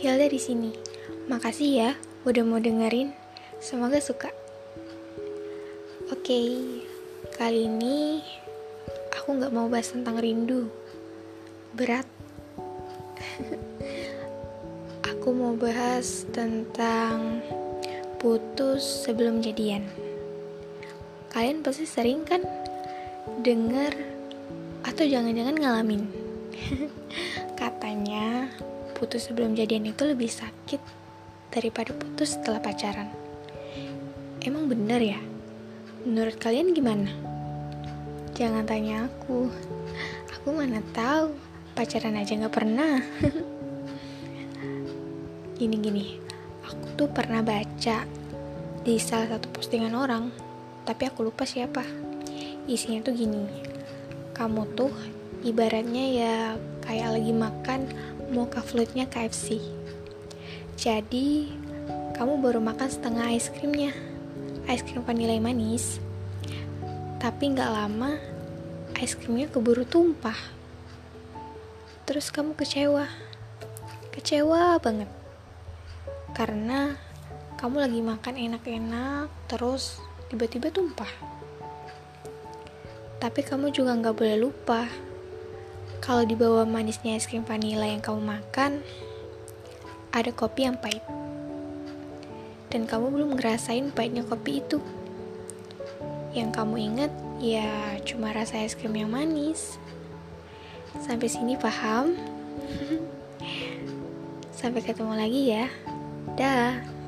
Hilda di sini. Makasih ya udah mau dengerin. Semoga suka. Oke, kali ini aku nggak mau bahas tentang rindu. Berat. Aku mau bahas tentang putus sebelum jadian. Kalian pasti sering kan denger atau jangan-jangan ngalamin. Katanya putus sebelum jadian itu lebih sakit daripada putus setelah pacaran. Emang bener ya? Menurut kalian gimana? Jangan tanya aku mana tahu, pacaran aja gak pernah. Gini, aku tuh pernah baca di salah satu postingan orang, tapi aku lupa siapa. Isinya tuh gini, kamu tuh ibaratnya ya kayak lagi makan mocha floatnya KFC. Jadi kamu baru makan setengah es krimnya, es krim vanila yang manis. Tapi gak lama es krimnya keburu tumpah. Terus kamu kecewa banget, karena kamu lagi makan enak-enak terus tiba-tiba tumpah. Tapi kamu juga gak boleh lupa kalau di bawah manisnya es krim vanila yang kamu makan ada kopi yang pahit. Dan kamu belum ngerasain pahitnya kopi itu. Yang kamu ingat ya cuma rasa es krim yang manis. Sampai sini paham? Sampai ketemu lagi ya. Dah.